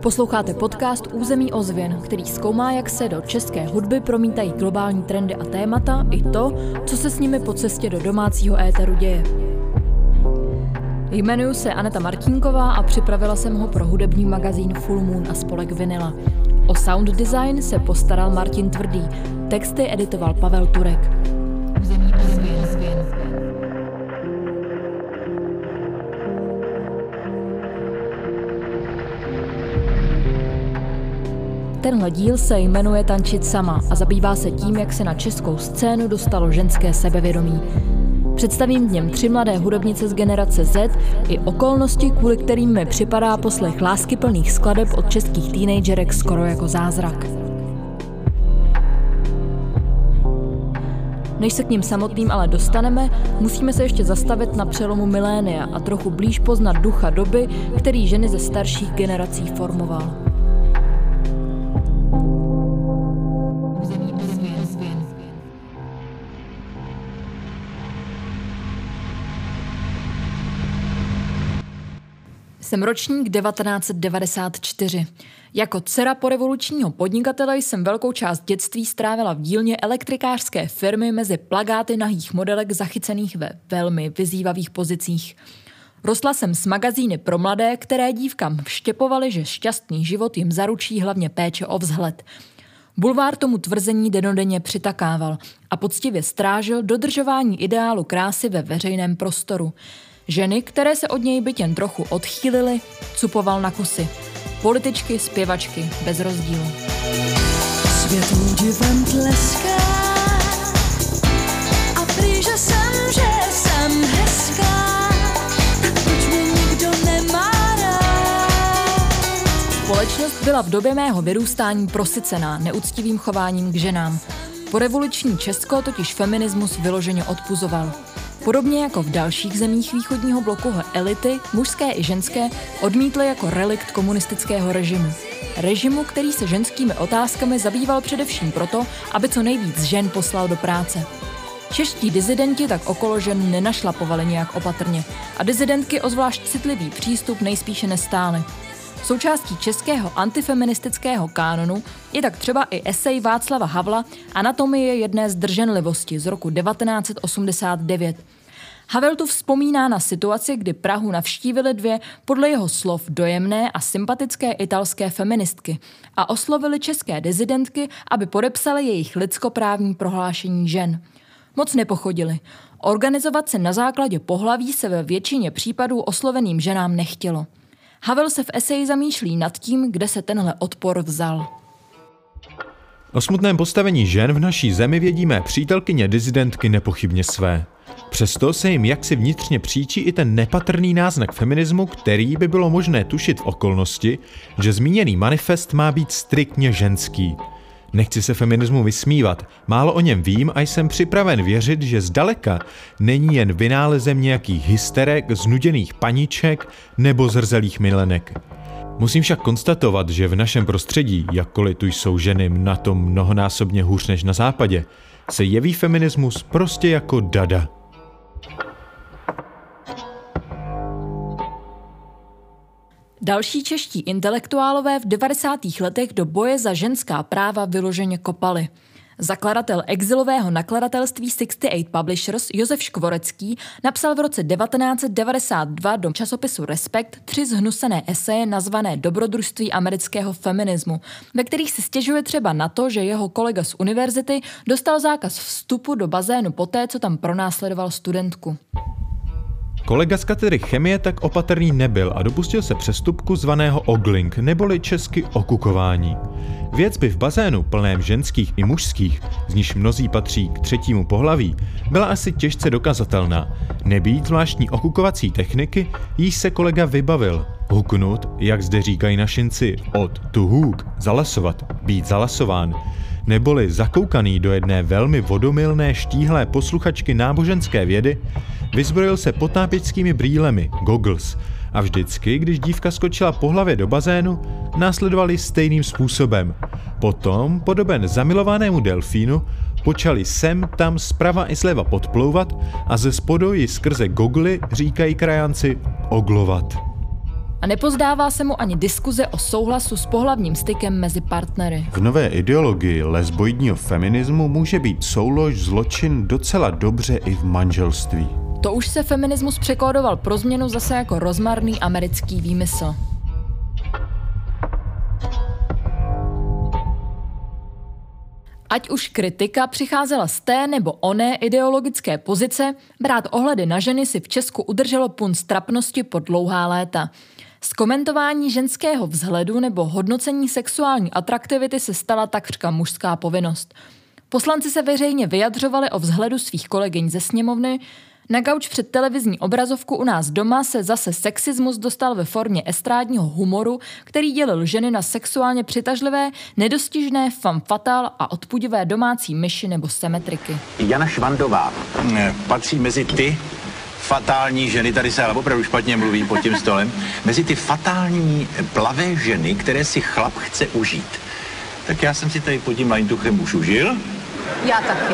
Posloucháte podcast Území ozvěn, který zkoumá, jak se do české hudby promítají globální trendy a témata i to, co se s nimi po cestě do domácího éteru děje. Jmenuji se Aneta Martínková a připravila jsem ho pro hudební magazín Full Moon a spolek Vinyla. O sound design se postaral Martin Tvrdý, texty editoval Pavel Turek. Území ozvěn. Tenhle díl se jmenuje Tančit sama a zabývá se tím, jak se na českou scénu dostalo ženské sebevědomí. Představím v něm 3 mladé hudebnice z generace Z i okolnosti, kvůli kterým mi připadá poslech láskyplných skladeb od českých teenagerek skoro jako zázrak. Než se k ním samotným ale dostaneme, musíme se ještě zastavit na přelomu milénia a trochu blíž poznat ducha doby, který ženy ze starších generací formoval. Jsem ročník 1994. Jako dcera porevolučního podnikatele jsem velkou část dětství strávila v dílně elektrikářské firmy mezi plakáty nahých modelek zachycených ve velmi vyzývavých pozicích. Rostla jsem s magazíny pro mladé, které dívkám vštěpovaly, že šťastný život jim zaručí hlavně péče o vzhled. Bulvár tomu tvrzení dennodenně přitakával a poctivě strážil dodržování ideálu krásy ve veřejném prostoru. Ženy, které se od něj byť jen trochu odchýlily, cupoval na kusy. Političky, zpěvačky, bez rozdílu. Svět údivem tleská a prý, že jsem hezká, tak proč mě nikdo nemá rád? Společnost byla v době mého vyrůstání prosycená neúctivým chováním k ženám. Porevoluční Česko totiž feminismus vyloženě odpuzoval. Podobně jako v dalších zemích východního bloku ho elity, mužské i ženské, odmítly jako relikt komunistického režimu. Režimu, který se ženskými otázkami zabýval především proto, aby co nejvíc žen poslal do práce. Čeští disidenti tak okolo žen nenašlapovali nějak opatrně a disidentky o zvlášť citlivý přístup nejspíše nestály. Součástí českého antifeministického kánonu je tak třeba i esej Václava Havla Anatomie jedné zdrženlivosti z roku 1989. Havel tu vzpomíná na situaci, kdy Prahu navštívily 2 podle jeho slov dojemné a sympatické italské feministky a oslovili české disidentky, aby podepsaly jejich lidskoprávní prohlášení žen. Moc nepochodili. Organizovat se na základě pohlaví se ve většině případů osloveným ženám nechtělo. Havel se v eseji zamýšlí nad tím, kde se tenhle odpor vzal. O smutném postavení žen v naší zemi vědí mé přítelkyně disidentky nepochybně své. Přesto se jim jaksi vnitřně příčí i ten nepatrný náznak feminismu, který by bylo možné tušit v okolnosti, že zmíněný manifest má být striktně ženský. Nechci se feminismu vysmívat, málo o něm vím a jsem připraven věřit, že zdaleka není jen vynálezem nějakých hysterek, znuděných paniček nebo zrzelých milenek. Musím však konstatovat, že v našem prostředí, jakkoliv tu jsou ženy na tom mnohonásobně hůř než na západě, se jeví feminismus prostě jako dada. Další čeští intelektuálové v 90. letech do boje za ženská práva vyloženě kopali. Zakladatel exilového nakladatelství 68 Publishers Josef Škvorecký napsal v roce 1992 do časopisu Respekt 3 zhnusené eseje nazvané Dobrodružství amerického feminismu, ve kterých si stěžuje třeba na to, že jeho kolega z univerzity dostal zákaz vstupu do bazénu poté, co tam pronásledoval studentku. Kolega z katedry chemie tak opatrný nebyl a dopustil se přestupku zvaného ogling, neboli česky okukování. Věc by v bazénu plném ženských i mužských, z nichž mnozí patří k 3. pohlaví, byla asi těžce dokazatelná. Nebýt zvláštní okukovací techniky, jíž se kolega vybavil. Huknut, jak zde říkají našinci, od to hook, zalasovat, být zalasován, neboli zakoukaný do jedné velmi vodomylné štíhlé posluchačky náboženské vědy, vyzbrojil se potápěčskými brýlemi, goggles, a vždycky, když dívka skočila po hlavě do bazénu, následovali stejným způsobem. Potom, podoben zamilovanému delfínu, počali sem tam zprava i zleva podplouvat a ze spodu ji skrze gogly, říkají krajanci, oglovat. A nepozdává se mu ani diskuze o souhlasu s pohlavním stykem mezi partnery. V nové ideologii lesboidního feminismu může být soulož zločin docela dobře i v manželství. To už se feminismus překódoval pro změnu zase jako rozmarný americký výmysl. Ať už kritika přicházela z té nebo oné ideologické pozice, brát ohledy na ženy si v Česku udrželo punc trapnosti po dlouhá léta. Z komentování ženského vzhledu nebo hodnocení sexuální atraktivity se stala takřka mužská povinnost. Poslanci se veřejně vyjadřovali o vzhledu svých kolegyň ze sněmovny, na gauč před televizní obrazovku u nás doma se zase sexismus dostal ve formě estrádního humoru, který dělil ženy na sexuálně přitažlivé, nedostižné, femme fatale a odpudivé domácí myši nebo symetriky. Jana Švandová patří mezi ty fatální ženy, tady se ale opravdu špatně mluví pod tím stolem, mezi ty fatální plavé ženy, které si chlap chce užít. Tak já jsem si tady pod tím lajntuchem už užil. Já taky.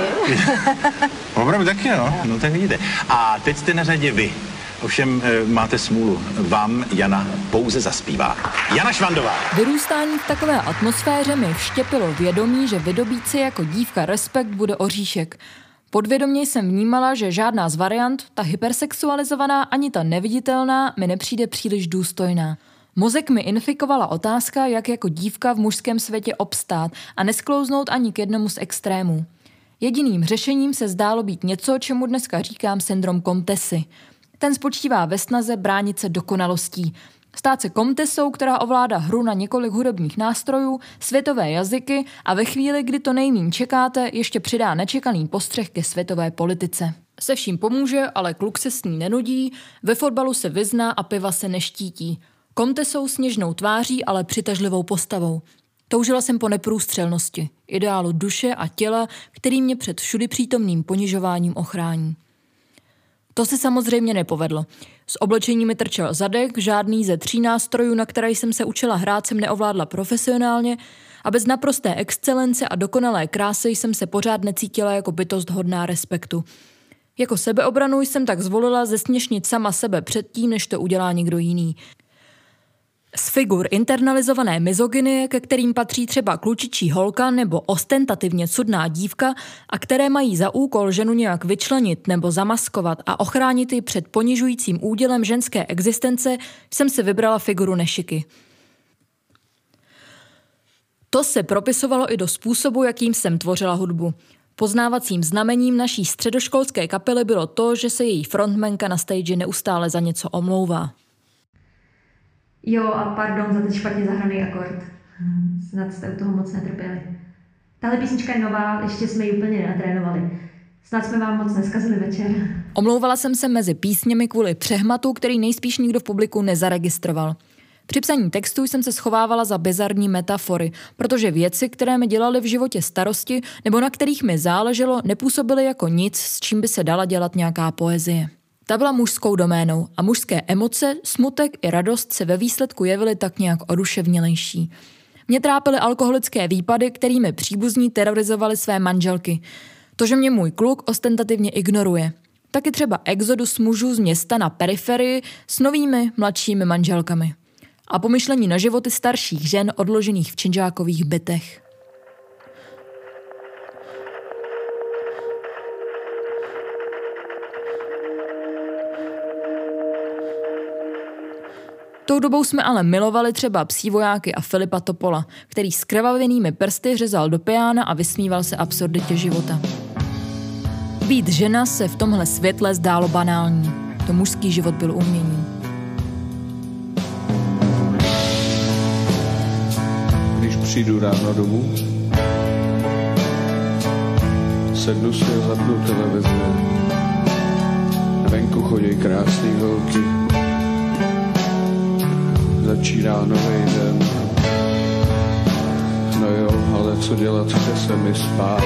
Opravdu taky, no tak vidíte. A teď jste na řadě vy. Ovšem máte smůlu. Vám Jana pouze zaspívá. Jana Švandová. Vyrůstání v takové atmosféře mi vštěpilo vědomí, že vydobít si jako dívka respekt bude oříšek. Podvědomě jsem vnímala, že žádná z variant, ta hypersexualizovaná ani ta neviditelná, mi nepřijde příliš důstojná. Mozek mi infikovala otázka, jak jako dívka v mužském světě obstát a nesklouznout ani k jednomu z extrémů. Jediným řešením se zdálo být něco, čemu dneska říkám syndrom komtesy. Ten spočívá ve snaze bránit se dokonalostí. Stát se komtesou, která ovládá hru na několik hudebních nástrojů, světové jazyky a ve chvíli, kdy to nejmíň čekáte, ještě přidá nečekaný postřeh ke světové politice. Se vším pomůže, ale kluk se s ní nenudí, ve fotbalu se vyzná a piva se neštítí. Komtesou sněžnou tváří, ale přitažlivou postavou. Toužila jsem po neprůstřelnosti, ideálu duše a těla, který mě před všudy přítomným ponižováním ochrání. To se samozřejmě nepovedlo. S oblečením mi trčel zadek, žádný ze 3 nástrojů, na které jsem se učila hrát, jsem neovládla profesionálně a bez naprosté excelence a dokonalé krásy jsem se pořád necítila jako bytost hodná respektu. Jako sebeobranu jsem tak zvolila zesměšnit sama sebe předtím, než to udělá někdo jiný. Z figur internalizované mizogynie, ke kterým patří třeba klučičí holka nebo ostentativně cudná dívka a které mají za úkol ženu nějak vyčlenit nebo zamaskovat a ochránit ji před ponižujícím údělem ženské existence, jsem si vybrala figuru nešiky. To se propisovalo i do způsobu, jakým jsem tvořila hudbu. Poznávacím znamením naší středoškolské kapely bylo to, že se její frontmanka na stage neustále za něco omlouvá. Jo, a pardon za ten špatně zahraný akord. Snad jste u toho moc netrpěli. Tahle písnička je nová, ještě jsme ji úplně nenatrénovali. Snad jsme vám moc neskazili večer. Omlouvala jsem se mezi písněmi kvůli přehmatu, který nejspíš nikdo v publiku nezaregistroval. Při psaní textů jsem se schovávala za bizarní metafory, protože věci, které mi dělaly v životě starosti nebo na kterých mi záleželo, nepůsobily jako nic, s čím by se dala dělat nějaká poezie. Ta byla mužskou doménou a mužské emoce, smutek i radost se ve výsledku jevily tak nějak oduševnělejší. Mě trápily alkoholické výpady, kterými příbuzní terorizovali své manželky. To, že mě můj kluk ostentativně ignoruje. Taky třeba exodus mužů z města na periferii s novými, mladšími manželkami. A pomyšlení na životy starších žen odložených v činžákových bytech. Tou dobou jsme ale milovali třeba Psí vojáky a Filipa Topola, který s krvavenými prsty řezal do piána a vysmíval se absurditě života. Být žena se v tomhle světle zdálo banální. To mužský život byl umění. Když přijdu ráno domů, sednu si a zapnu televizi. Venku chodí krásný holky. Začíná nový den. No jo, ale co dělat, chce se mi spát.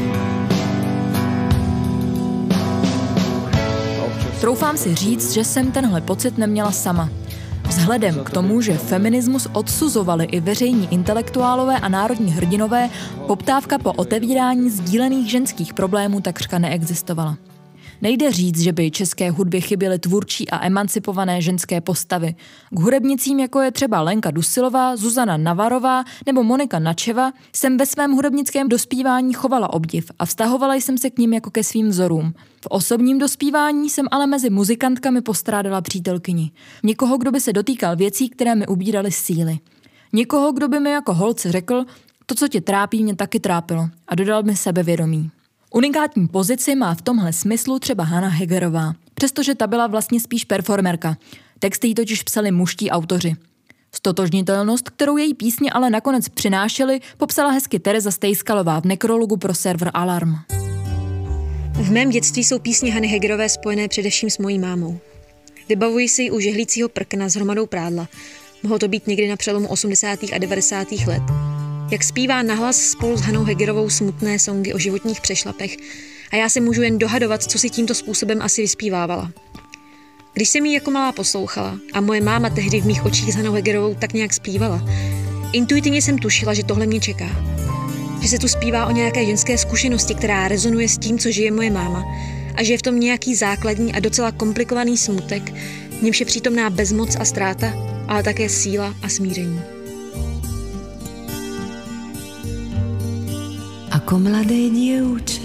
Troufám si říct, že jsem tenhle pocit neměla sama. Vzhledem k tomu, že feminismus odsuzovali i veřejní intelektuálové a národní hrdinové, poptávka po otevírání sdílených ženských problémů takřka neexistovala. Nejde říct, že by české hudbě chyběly tvůrčí a emancipované ženské postavy. K hudebnicím, jako je třeba Lenka Dusilová, Zuzana Navarová nebo Monika Načeva, jsem ve svém hudebnickém dospívání chovala obdiv a vztahovala jsem se k nim jako ke svým vzorům. V osobním dospívání jsem ale mezi muzikantkami postrádala přítelkyni. Někoho, kdo by se dotýkal věcí, které mi ubíraly síly. Někoho, kdo by mi jako holce řekl, to, co tě trápí, mě taky trápilo a dodal mi sebevědomí. Unikátní pozici má v tomhle smyslu třeba Hana Hegerová, přestože ta byla vlastně spíš performerka. Texty jí totiž psali mužští autoři. Stotožnitelnost, kterou její písně ale nakonec přinášely, popsala hezky Tereza Stejskalová v nekrologu pro server Alarm. V mém dětství jsou písně Hany Hegerové spojené především s mojí mámou. Vybavuji si ji u žehlícího prkna s hromadou prádla. Mohlo to být někdy na přelomu 80. a 90. let. Jak zpívá nahlas spolu s Hanou Hegerovou smutné songy o životních přešlapech a já se můžu jen dohadovat, co si tímto způsobem asi vyspívávala. Když jsem ji jako malá poslouchala a moje máma tehdy v mých očích s Hanou Hegerovou tak nějak zpívala, intuitivně jsem tušila, že tohle mě čeká. Že se tu zpívá o nějaké ženské zkušenosti, která rezonuje s tím, co žije moje máma a že je v tom nějaký základní a docela komplikovaný smutek, v němž je přítomná bezmoc a ztráta, ale také síla a smíření. Ako mladé dievča,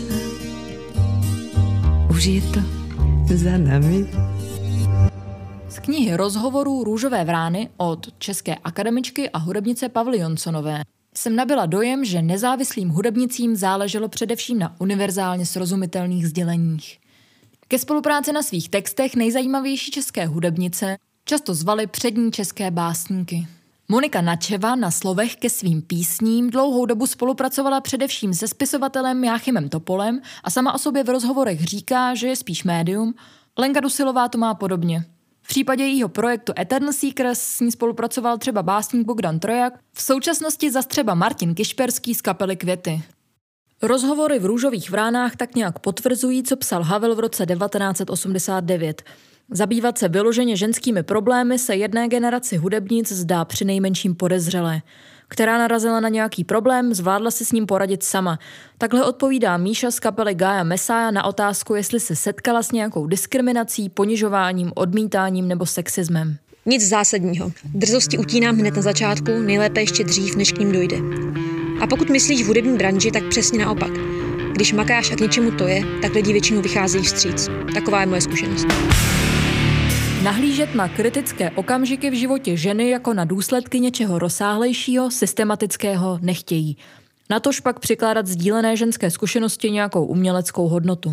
už je to za nami. Z knihy rozhovorů Růžové vrány od české akademičky a hudebnice Pavly Jonsonové jsem nabyla dojem, že nezávislým hudebnicím záleželo především na univerzálně srozumitelných sděleních. Ke spolupráci na svých textech nejzajímavější české hudebnice často zvali přední české básníky. Monika Načeva na slovech ke svým písním dlouhou dobu spolupracovala především se spisovatelem Jáchymem Topolem a sama o sobě v rozhovorech říká, že je spíš médium. Lenka Dusilová to má podobně. V případě jejího projektu Eternal Seekers s ní spolupracoval třeba básník Bogdan Trojak, v současnosti zas třeba Martin Kišperský z kapely Květy. Rozhovory v Růžových vránách tak nějak potvrzují, co psal Havel v roce 1989. Zabývat se vyloženě ženskými problémy se jedné generaci hudebnic zdá přinejmenším podezřelé. Která narazila na nějaký problém, zvládla si s ním poradit sama. Takhle odpovídá Míša z kapely Gaia Messiah na otázku, jestli se setkala s nějakou diskriminací, ponižováním, odmítáním nebo sexismem. Nic zásadního. Drzosti utínám hned na začátku, nejlépe ještě dřív, než k ním dojde. A pokud myslíš v hudební branži, tak přesně naopak. Když makáš a k něčemu to je, tak lidi většinou vycházejí vstříc. Taková je moje zkušenost. Nahlížet na kritické okamžiky v životě ženy jako na důsledky něčeho rozsáhlejšího, systematického nechtějí. Natož pak přikládat sdílené ženské zkušenosti nějakou uměleckou hodnotu.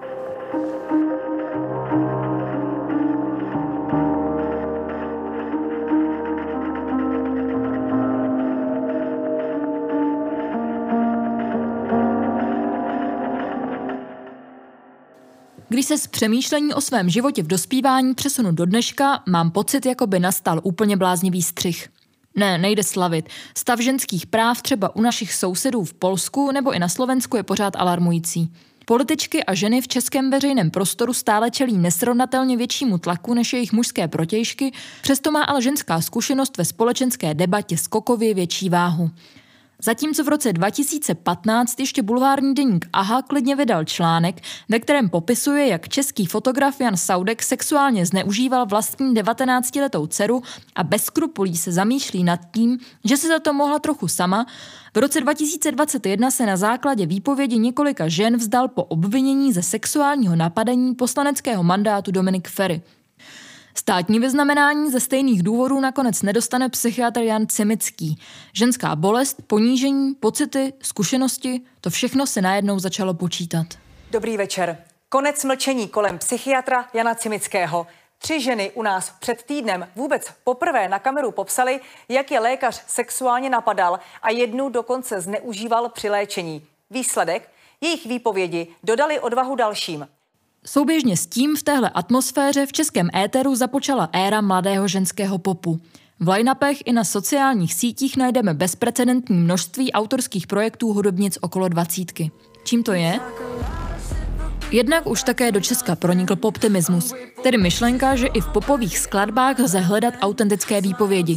Když se z přemýšlení o svém životě v dospívání přesunu do dneška, mám pocit, jako by nastal úplně bláznivý střih. Ne, nejde slavit. Stav ženských práv třeba u našich sousedů v Polsku nebo i na Slovensku je pořád alarmující. Političky a ženy v českém veřejném prostoru stále čelí nesrovnatelně většímu tlaku než jejich mužské protějšky, přesto má ale ženská zkušenost ve společenské debatě skokově větší váhu. Zatímco v roce 2015 ještě bulvární deník Aha klidně vydal článek, ve kterém popisuje, jak český fotograf Jan Saudek sexuálně zneužíval vlastní 19letou dceru a bez skrupulí se zamýšlí nad tím, že se za to mohla trochu sama, v roce 2021 se na základě výpovědi několika žen vzdal po obvinění ze sexuálního napadení poslaneckého mandátu Dominik Feri. Státní vyznamenání ze stejných důvodů nakonec nedostane psychiatr Jan Cimický. Ženská bolest, ponížení, pocity, zkušenosti, to všechno se najednou začalo počítat. Dobrý večer. Konec mlčení kolem psychiatra Jana Cimického. 3 ženy u nás před týdnem vůbec poprvé na kameru popsaly, jak je lékař sexuálně napadal a jednu dokonce zneužíval při léčení. Výsledek? Jejich výpovědi dodali odvahu dalším. Souběžně s tím v téhle atmosféře v českém éteru započala éra mladého ženského popu. V line-upech i na sociálních sítích najdeme bezprecedentní množství autorských projektů hudebnic okolo 20. Čím to je? Jednak už také do Česka pronikl poptimismus, tedy myšlenka, že i v popových skladbách lze hledat autentické výpovědi.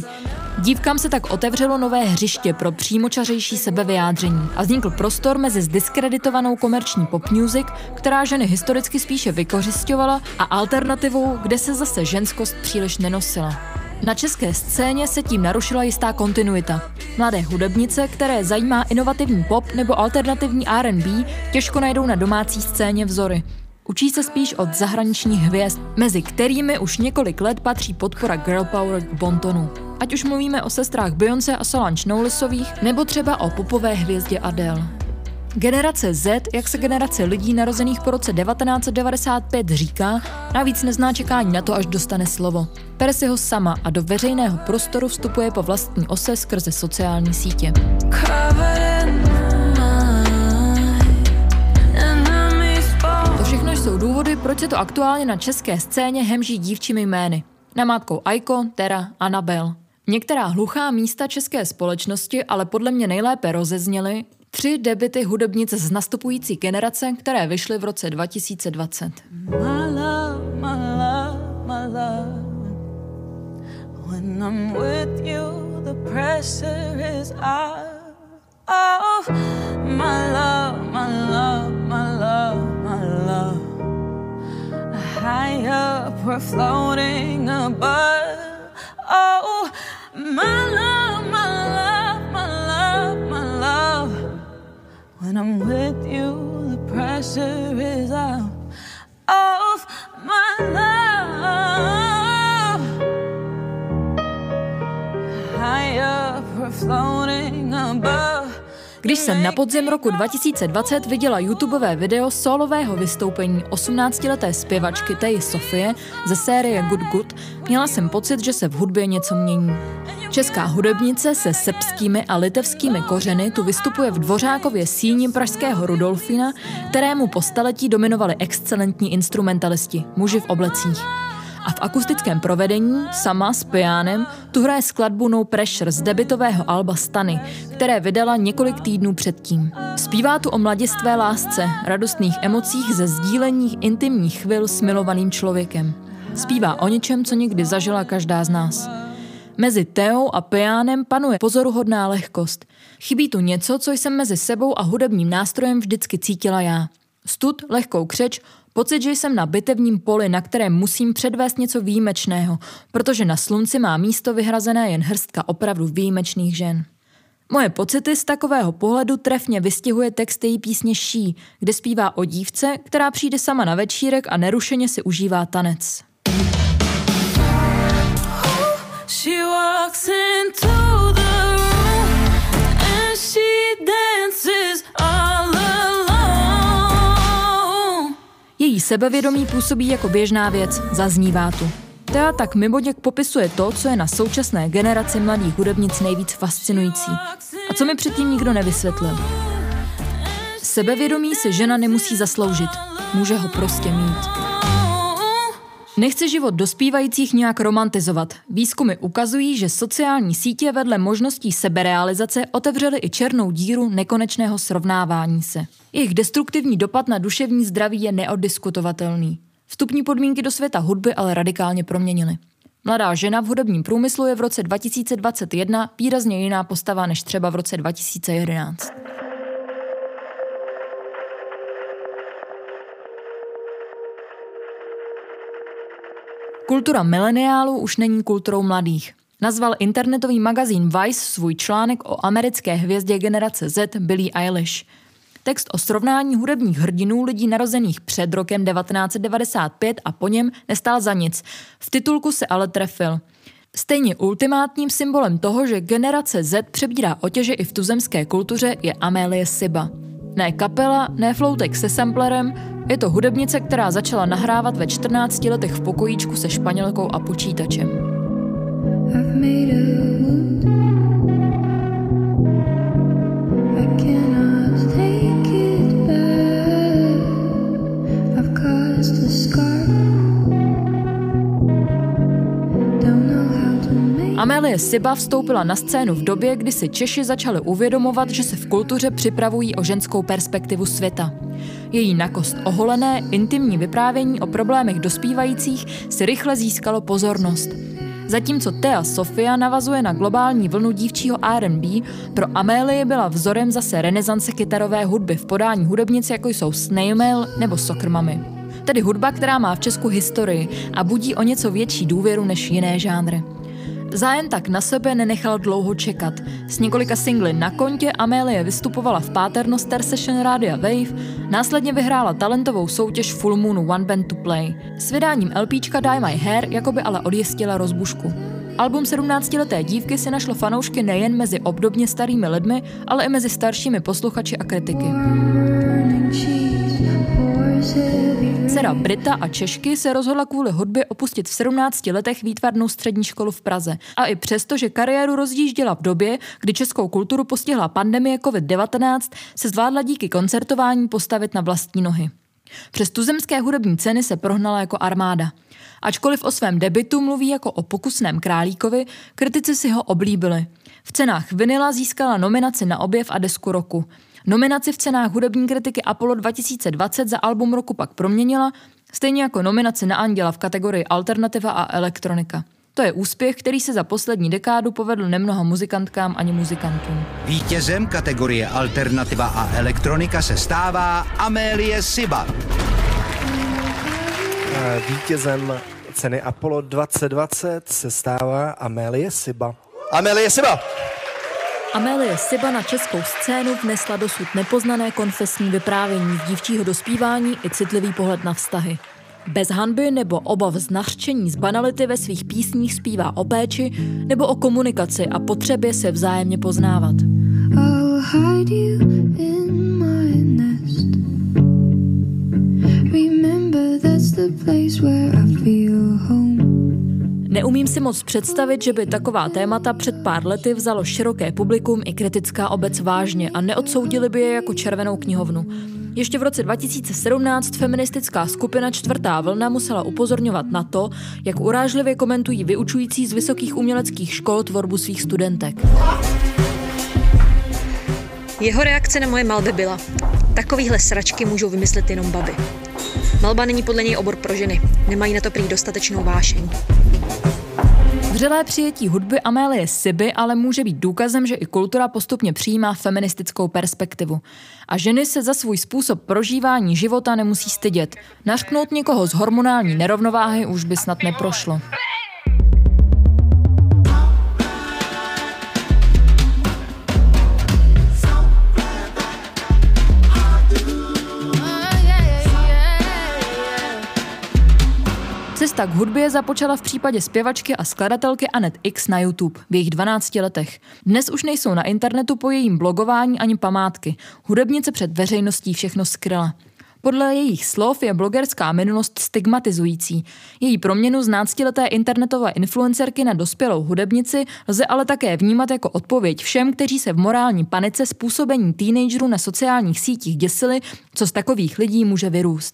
Dívkám se tak otevřelo nové hřiště pro přímočařejší sebevyjádření a vznikl prostor mezi zdiskreditovanou komerční pop music, která ženy historicky spíše vykořisťovala, a alternativou, kde se zase ženskost příliš nenosila. Na české scéně se tím narušila jistá kontinuita. Mladé hudebnice, které zajímá inovativní pop nebo alternativní R&B, těžko najdou na domácí scéně vzory. Učí se spíš od zahraničních hvězd, mezi kterými už několik let patří podpora girl power k bontonu. Ať už mluvíme o sestrách Beyoncé a Solange Knowlesových, nebo třeba o popové hvězdě Adele. Generace Z, jak se generace lidí narozených po roce 1995 říká, navíc nezná čekání na to, až dostane slovo. Pere si ho sama a do veřejného prostoru vstupuje po vlastní ose skrze sociální sítě. To všechno jsou důvody, proč se to aktuálně na české scéně hemží dívčími jmény. Namátkou Aiko, Tera, Anabel. Některá hluchá místa české společnosti ale podle mě nejlépe rozezněly 3 debuty hudebnic z nastupující generace, které vyšly v roce 2020. My love, my love, my love. When I'm with you, the pressure is off. Oh, my love, my love, my love, my love. High up, we're floating above. Oh, my love, my love, my love, my love. When I'm with you, the pressure is off. Off my love. High up, we're floating above. Když jsem na podzim roku 2020 viděla YouTubeové video solového vystoupení 18leté zpěvačky Teji Sofie ze série Good Good, měla jsem pocit, že se v hudbě něco mění. Česká hudebnice se srbskými a litevskými kořeny tu vystupuje v Dvořákově síni pražského Rudolfína, kterému po staletí dominovali excelentní instrumentalisti, muži v oblecích. A v akustickém provedení sama s pianem tu hraje skladbu No Pressure z debutového alba Stany, které vydala několik týdnů předtím. Zpívá tu o mladistvé lásce, radostných emocích ze sdílených intimních chvil s milovaným člověkem. Zpívá o něčem, co někdy zažila každá z nás. Mezi Teou a pianem panuje pozoruhodná lehkost. Chybí tu něco, co jsem mezi sebou a hudebním nástrojem vždycky cítila já. Stud, lehkou křeč, pocit, že jsem na bitevním poli, na kterém musím předvést něco výjimečného, protože na slunci má místo vyhrazené jen hrstka opravdu výjimečných žen. Moje pocity z takového pohledu trefně vystihuje text její písně She, kde zpívá o dívce, která přijde sama na večírek a nerušeně si užívá tanec. She walks into the room and she dances all alone. Její sebevědomí působí jako běžná věc, zaznívá tu. Tea tak mimoděk popisuje to, co je na současné generaci mladých hudebnic nejvíc fascinující a co mi předtím nikdo nevysvětlil. Sebevědomí si žena nemusí zasloužit, může ho prostě mít. Nechci život dospívajících nějak romantizovat. Výzkumy ukazují, že sociální sítě vedle možností seberealizace otevřely i černou díru nekonečného srovnávání se. Jejich destruktivní dopad na duševní zdraví je neoddiskutovatelný. Vstupní podmínky do světa hudby ale radikálně proměnily. Mladá žena v hudebním průmyslu je v roce 2021 výrazně jiná postava než třeba v roce 2011. Kultura mileniálů už není kulturou mladých. Nazval internetový magazín Vice svůj článek o americké hvězdě generace Z Billie Eilish. Text o srovnání hudebních hrdinů lidí narozených před rokem 1995 a po něm nestál za nic. V titulku se ale trefil. Stejně ultimátním symbolem toho, že generace Z přebírá otěže i v tuzemské kultuře, je Amélie Siba. Ne kapela, ne floutek se samplerem, je to hudebnice, která začala nahrávat ve 14 letech v pokojíčku se španělkou a počítačem. Amélie Siba vstoupila na scénu v době, kdy si Češi začali uvědomovat, že se v kultuře připravují o ženskou perspektivu světa. Její nakost oholené, intimní vyprávění o problémech dospívajících si rychle získalo pozornost. Zatímco Thea Sofia navazuje na globální vlnu dívčího R&B, pro Amélii byla vzorem zase renesance kytarové hudby v podání hudebnic, jako jsou Snail Mail nebo Soccer Mommy. Tedy hudba, která má v Česku historii a budí o něco větší důvěru než jiné žánry. Zájem tak na sebe nenechal dlouho čekat. S několika singly na kontě Amélie vystupovala v Paternoster Session Rádia Wave, následně vyhrála talentovou soutěž Full Moon One Band to Play. S vydáním LPčka Dye My Hair jakoby ale odjistila rozbušku. Album 17leté dívky si našlo fanoušky nejen mezi obdobně starými lidmi, ale i mezi staršími posluchači a kritiky. Dcera Brita a Češky se rozhodla kvůli hudbě opustit v 17 letech výtvarnou střední školu v Praze. A i přesto, že kariéru rozjížděla v době, kdy českou kulturu postihla pandemie COVID-19, se zvládla díky koncertování postavit na vlastní nohy. Přes tuzemské hudební ceny se prohnala jako armáda. Ačkoliv o svém debutu mluví jako o pokusném králíkovi, kritici si ho oblíbili. V cenách Vinyla získala nominaci na objev a desku roku. Nominaci v cenách hudební kritiky Apollo 2020 za album roku pak proměnila, stejně jako nominaci na Anděla v kategorii Alternativa a elektronika. To je úspěch, který se za poslední dekádu povedl nemnoha muzikantkám ani muzikantům. Vítězem kategorie Alternativa a elektronika se stává Amélie Siba. Vítězem ceny Apollo 2020 se stává Amélie Siba. Amélie Siba! Amélie Siba na českou scénu vnesla dosud nepoznané konfesní vyprávění z dívčího dospívání i citlivý pohled na vztahy. Bez hanby nebo obav z nařčení z banality ve svých písních zpívá o péči nebo o komunikaci a potřebě se vzájemně poznávat. Neumím si moc představit, že by taková témata před pár lety vzalo široké publikum i kritická obec vážně a neodsoudili by je jako červenou knihovnu. Ještě v roce 2017 feministická skupina Čtvrtá vlna musela upozorňovat na to, jak urážlivě komentují vyučující z vysokých uměleckých škol tvorbu svých studentek. Jeho reakce na moje malby byla: takovýhle sračky můžou vymyslet jenom baby. Malba není podle něj obor pro ženy, nemají na to prý dostatečnou vášeň. Vřelé přijetí hudby Amélie Siby ale může být důkazem, že i kultura postupně přijímá feministickou perspektivu. A ženy se za svůj způsob prožívání života nemusí stydět. Nařknout někoho z hormonální nerovnováhy už by snad neprošlo. Cesta k hudbě započala v případě zpěvačky a skladatelky Annette X na YouTube v jejich 12 letech. Dnes už nejsou na internetu po jejím blogování ani památky. Hudebnice před veřejností všechno skryla. Podle jejich slov je blogerská minulost stigmatizující. Její proměnu z 12leté internetové influencerky na dospělou hudebnici lze ale také vnímat jako odpověď všem, kteří se v morální panice z působení teenagerů na sociálních sítích děsili, co z takových lidí může vyrůst.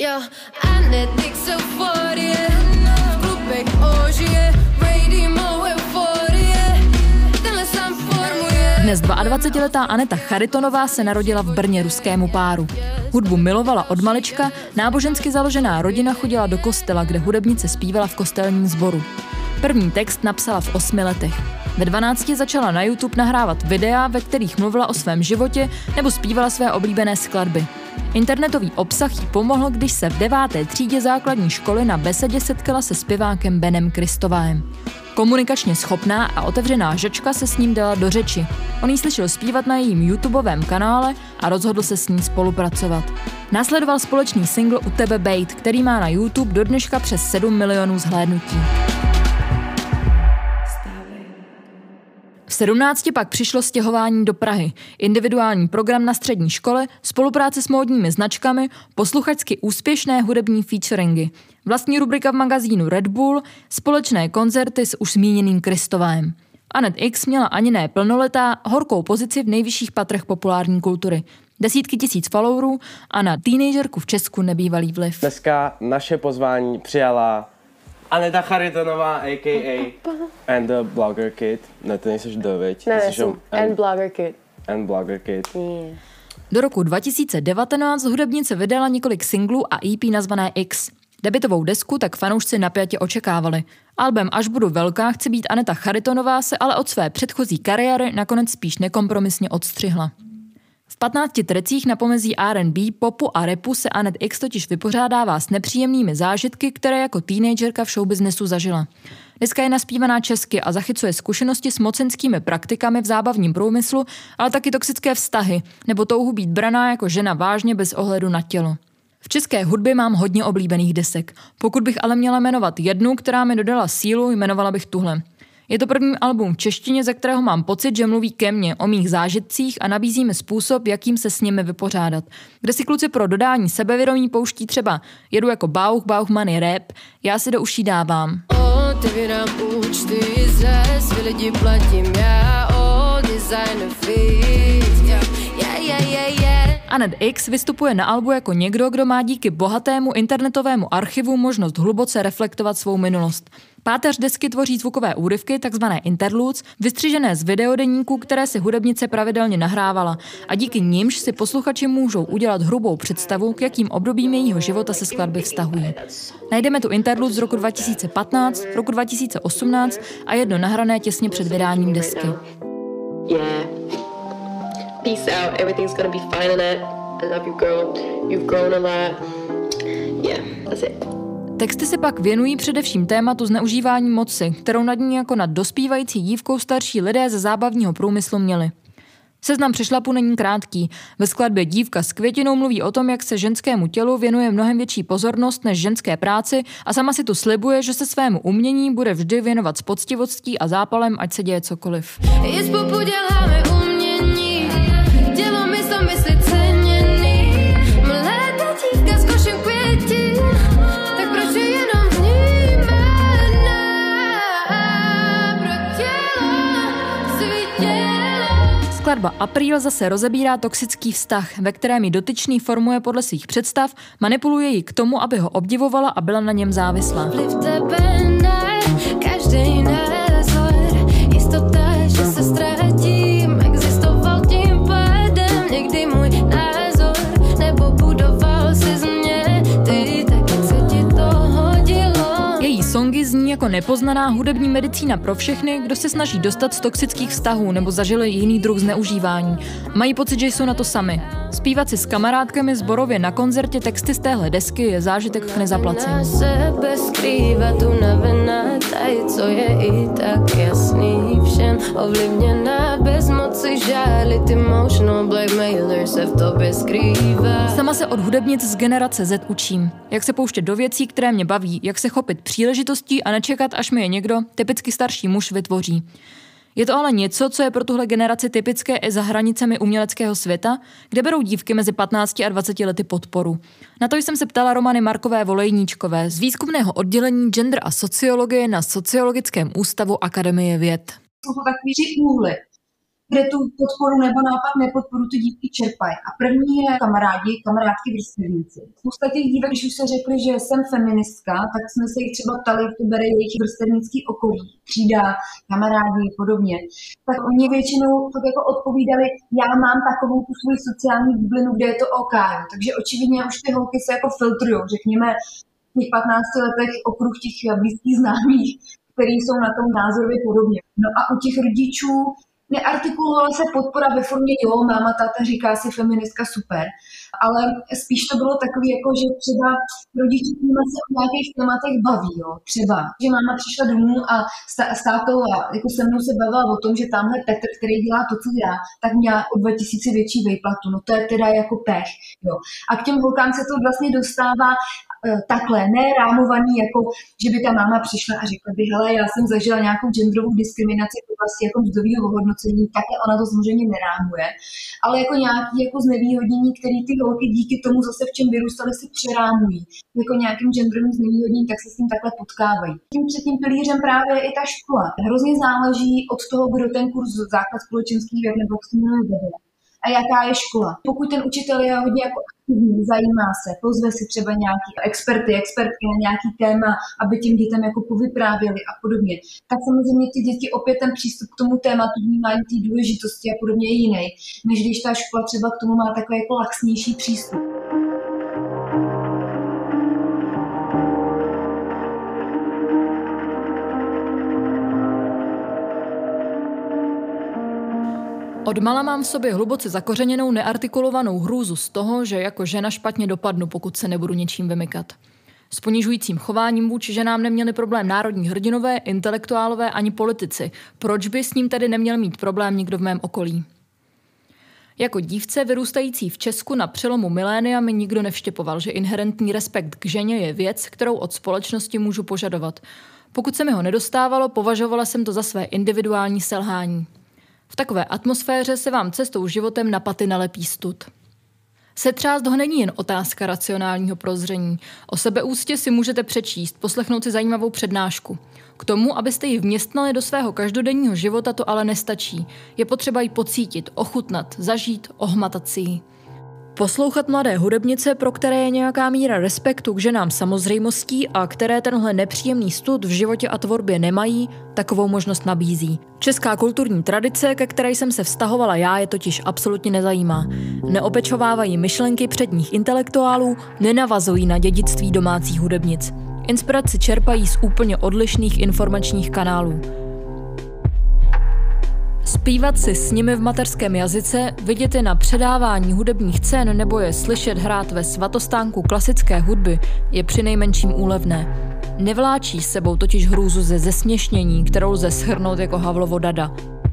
Dnes 22letá Aneta Charitonová se narodila v Brně ruskému páru. Hudbu milovala od malička, nábožensky založená rodina chodila do kostela, kde hudebnice zpívala v kostelním sboru. První text napsala v 8 letech. Ve 12 začala na YouTube nahrávat videa, ve kterých mluvila o svém životě nebo zpívala své oblíbené skladby. Internetový obsah jí pomohl, když se v 9. třídě základní školy na besedě setkala se zpěvákem Benem Kristováem. Komunikačně schopná a otevřená žačka se s ním dala do řeči. On jí slyšel zpívat na jejím YouTubeovém kanále a rozhodl se s ní spolupracovat. Následoval společný single U tebe bejt, který má na YouTube do dneška přes 7 milionů zhlédnutí. V 17 pak přišlo stěhování do Prahy, individuální program na střední škole, spolupráce s módními značkami, posluchačsky úspěšné hudební featuringy, vlastní rubrika v magazínu Red Bull, společné koncerty s už zmíněným Kristováem. Annette X měla ani ne plnoletá horkou pozici v nejvyšších patrech populární kultury. Desítky tisíc followerů a na teenagerku v Česku nebývalý vliv. Dneska naše pozvání přijala Aneta Charitonová, a.k.a. And the Blogger Kid. Ne, to nejseš dověď. Ne, jsem And Blogger Kid. And Blogger Kid. Yeah. Do roku 2019 hudebnice vydala několik singlů a EP nazvané X. Debutovou desku tak fanoušci napjatě očekávali. Albem Až budu velká chci být Aneta Charitonová se ale od své předchozí kariéry nakonec spíš nekompromisně odstřihla. V 15 trecích na pomezí R&B, popu a rapu se Anet X totiž vypořádává s nepříjemnými zážitky, které jako teenagerka v showbiznesu zažila. Deska je naspívaná česky a zachycuje zkušenosti s mocenskými praktikami v zábavním průmyslu, ale taky toxické vztahy nebo touhu být braná jako žena vážně bez ohledu na tělo. V české hudbě mám hodně oblíbených desek. Pokud bych ale měla jmenovat jednu, která mi dodala sílu, jmenovala bych tuhle. Je to první album v češtině, ze kterého mám pocit, že mluví ke mně, o mých zážitcích a nabízí mi způsob, jakým se s nimi vypořádat. Kde si kluci pro dodání sebevědomí pouští třeba jedu jako Bauch, Bauchmany rap, já si do uší dávám. Otevírám účty, zes lidi platím já, designer feed, Anet X vystupuje na albu jako někdo, kdo má díky bohatému internetovému archivu možnost hluboce reflektovat svou minulost. Páteř desky tvoří zvukové úryvky, takzvané interludes, vystřižené z videodeníků, které si hudebnice pravidelně nahrávala a díky nimž si posluchači můžou udělat hrubou představu, k jakým obdobím jejího života se skladby vztahují. Najdeme tu interludes z roku 2015, roku 2018 a jedno nahrané těsně před vydáním desky. Peace out, everything's gonna be fine in it. I love you, girl. You've grown a lot. Yeah, that's it. Texty se pak věnují především tématu zneužívání moci, kterou nad ní jako nad dospívající dívkou starší lidé ze zábavního průmyslu měli. Seznam přešlapu není krátký. Ve skladbě Dívka s květinou mluví o tom, jak se ženskému tělu věnuje mnohem větší pozornost než ženské práci a sama si tu slibuje, že se svému umění bude vždy věnovat s poctivostí a zápalem, ať se děje cokoliv. Dělo mi to mysli ceněný, mladá dívka s košem květin, tak proč je jenom vnímaná, pro tělo svitělo. Skladba Apríl zase rozebírá toxický vztah, ve kterém ji dotyčný formuje podle svých představ, manipuluje ji k tomu, aby ho obdivovala a byla na něm závislá. Vliv tebe na každý názor, jistota, že se ztratím, existoval tím někdy můj názor, nebo budoval si z mě ty, tak jak se ti to hodilo. Její songy zní jako nepoznaná hudební medicína pro všechny, kdo se snaží dostat z toxických vztahů nebo zažili jiný druh zneužívání. Mají pocit, že jsou na to sami. Zpívat si s kamarádkami zborově na koncertě texty z téhle desky je zážitek k nezaplacení. Na sebe skrývat unavená, tady co je i tak jasný všem, ovlivněná bez moci žálit, emotional blackmailer se v tobě skrývá. Sama se od hudebnic z generace Z učím. Jak se pouštět do věcí, které mě baví, jak se chopit příležitostí a nečekat, až mi je někdo, typicky starší muž, vytvoří. Je to ale něco, co je pro tuhle generaci typické i za hranicemi uměleckého světa, kde berou dívky mezi 15 a 20 lety podporu. Na to jsem se ptala Romany Markové Volejníčkové z výzkumného oddělení gender a sociologie na Sociologickém ústavu Akademie věd. Jsou to takový 3 úhly, kde tu podporu nebo naopak nepodporu ty dívky čerpají. A první je kamarádky vrstevníci. Spousta těch dívek, když už se řekli, že jsem feministka, tak jsme se jich třeba ptali, jak to bere jejich vrstevnický okolí, třída, kamarádi a podobně. Tak oni většinou tak jako odpovídali, já mám takovou tu svoji sociální bublinu, kde je to OK. Takže očividně už ty holky se jako filtrujou, řekněme, v těch 15 letech okruh těch blízkých známých, který jsou na tom názorově podobně. No a u těch rodičů neartikulovala se podpora ve formě jo, máma, táta říká si feministka super, ale spíš to bylo takový, jako, že třeba rodiče se o nějakých tématech baví, jo. Třeba, že máma přišla domů a s tátou a jako se mnou se bavila o tom, že tamhle Petr, který dělá to, co já, tak měla o 2000 větší výplatu, no to je teda jako pech, jo. A k těm holkám se to vlastně dostává takhle, ne rámovaný, jako že by ta máma přišla a řekla by, hele, já jsem zažila nějakou genderovou diskriminaci v oblasti jako mzdového ohodnocení, takhle ona to samozřejmě nerámuje, ale jako nějaký jako znevýhodnění, který ty holky díky tomu zase v čem vyrůstaly si přerámují, jako nějakým genderovým znevýhodněním, tak se s tím takhle potkávají. Tím třetím pilířem právě je i ta škola. Hrozně záleží od toho, kdo ten kurz základ společenských věd nebo jak se jmenuje vede. A jaká je škola. Pokud ten učitel je hodně jako aktivní, zajímá se, pozve si třeba nějaký expertky na nějaký téma, aby těm dětem jako povyprávěli a podobně, tak samozřejmě ty děti opět ten přístup k tomu tématu vnímání té důležitosti a podobně je jiný, než když ta škola třeba k tomu má takový jako laxnější přístup. Odmala mám v sobě hluboce zakořeněnou neartikulovanou hrůzu z toho, že jako žena špatně dopadnu, pokud se nebudu něčím vymykat. S ponižujícím chováním vůči ženám neměli problém národní hrdinové, intelektuálové ani politici. Proč by s ním tedy neměl mít problém nikdo v mém okolí? Jako dívce vyrůstající v Česku na přelomu milénia mi nikdo nevštěpoval, že inherentní respekt k ženě je věc, kterou od společnosti můžu požadovat. Pokud se mi ho nedostávalo, považovala jsem to za své individuální selhání. V takové atmosféře se vám cestou životem na paty nalepí stud. Setřást ho není jen otázka racionálního prozření. O sebeúctě si můžete přečíst, poslechnout si zajímavou přednášku. K tomu, abyste ji vměstnali do svého každodenního života, to ale nestačí. Je potřeba ji pocítit, ochutnat, zažít, ohmatat si ji. Poslouchat mladé hudebnice, pro které je nějaká míra respektu k ženám samozřejmostí a které tenhle nepříjemný stud v životě a tvorbě nemají, takovou možnost nabízí. Česká kulturní tradice, ke které jsem se vztahovala já, je totiž absolutně nezajímá. Neopečovávají myšlenky předních intelektuálů, nenavazují na dědictví domácích hudebnic. Inspiraci čerpají z úplně odlišných informačních kanálů. Zpívat si s nimi v mateřském jazyce, vidět je na předávání hudebních cen nebo je slyšet hrát ve svatostánku klasické hudby je přinejmenším úlevné. Nevláčí s sebou totiž hrůzu ze zesměšnění, kterou lze shrnout jako Havlovo dada.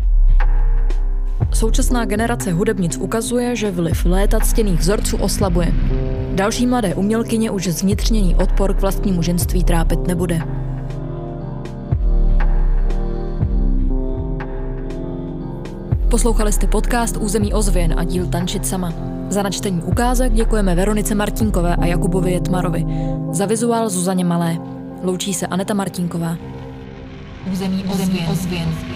Současná generace hudebnic ukazuje, že vliv léta ctěných vzorců oslabuje. Další mladé umělkyně už zvnitřněný odpor k vlastnímu ženství trápit nebude. Poslouchali jste podcast Území ozvěn a díl Tančit sama. Za načtení ukázek děkujeme Veronice Martínkové a Jakubovi Jetmarovi. Za vizuál Zuzaně Malé. Loučí se Aneta Martínková. Území ozvěn.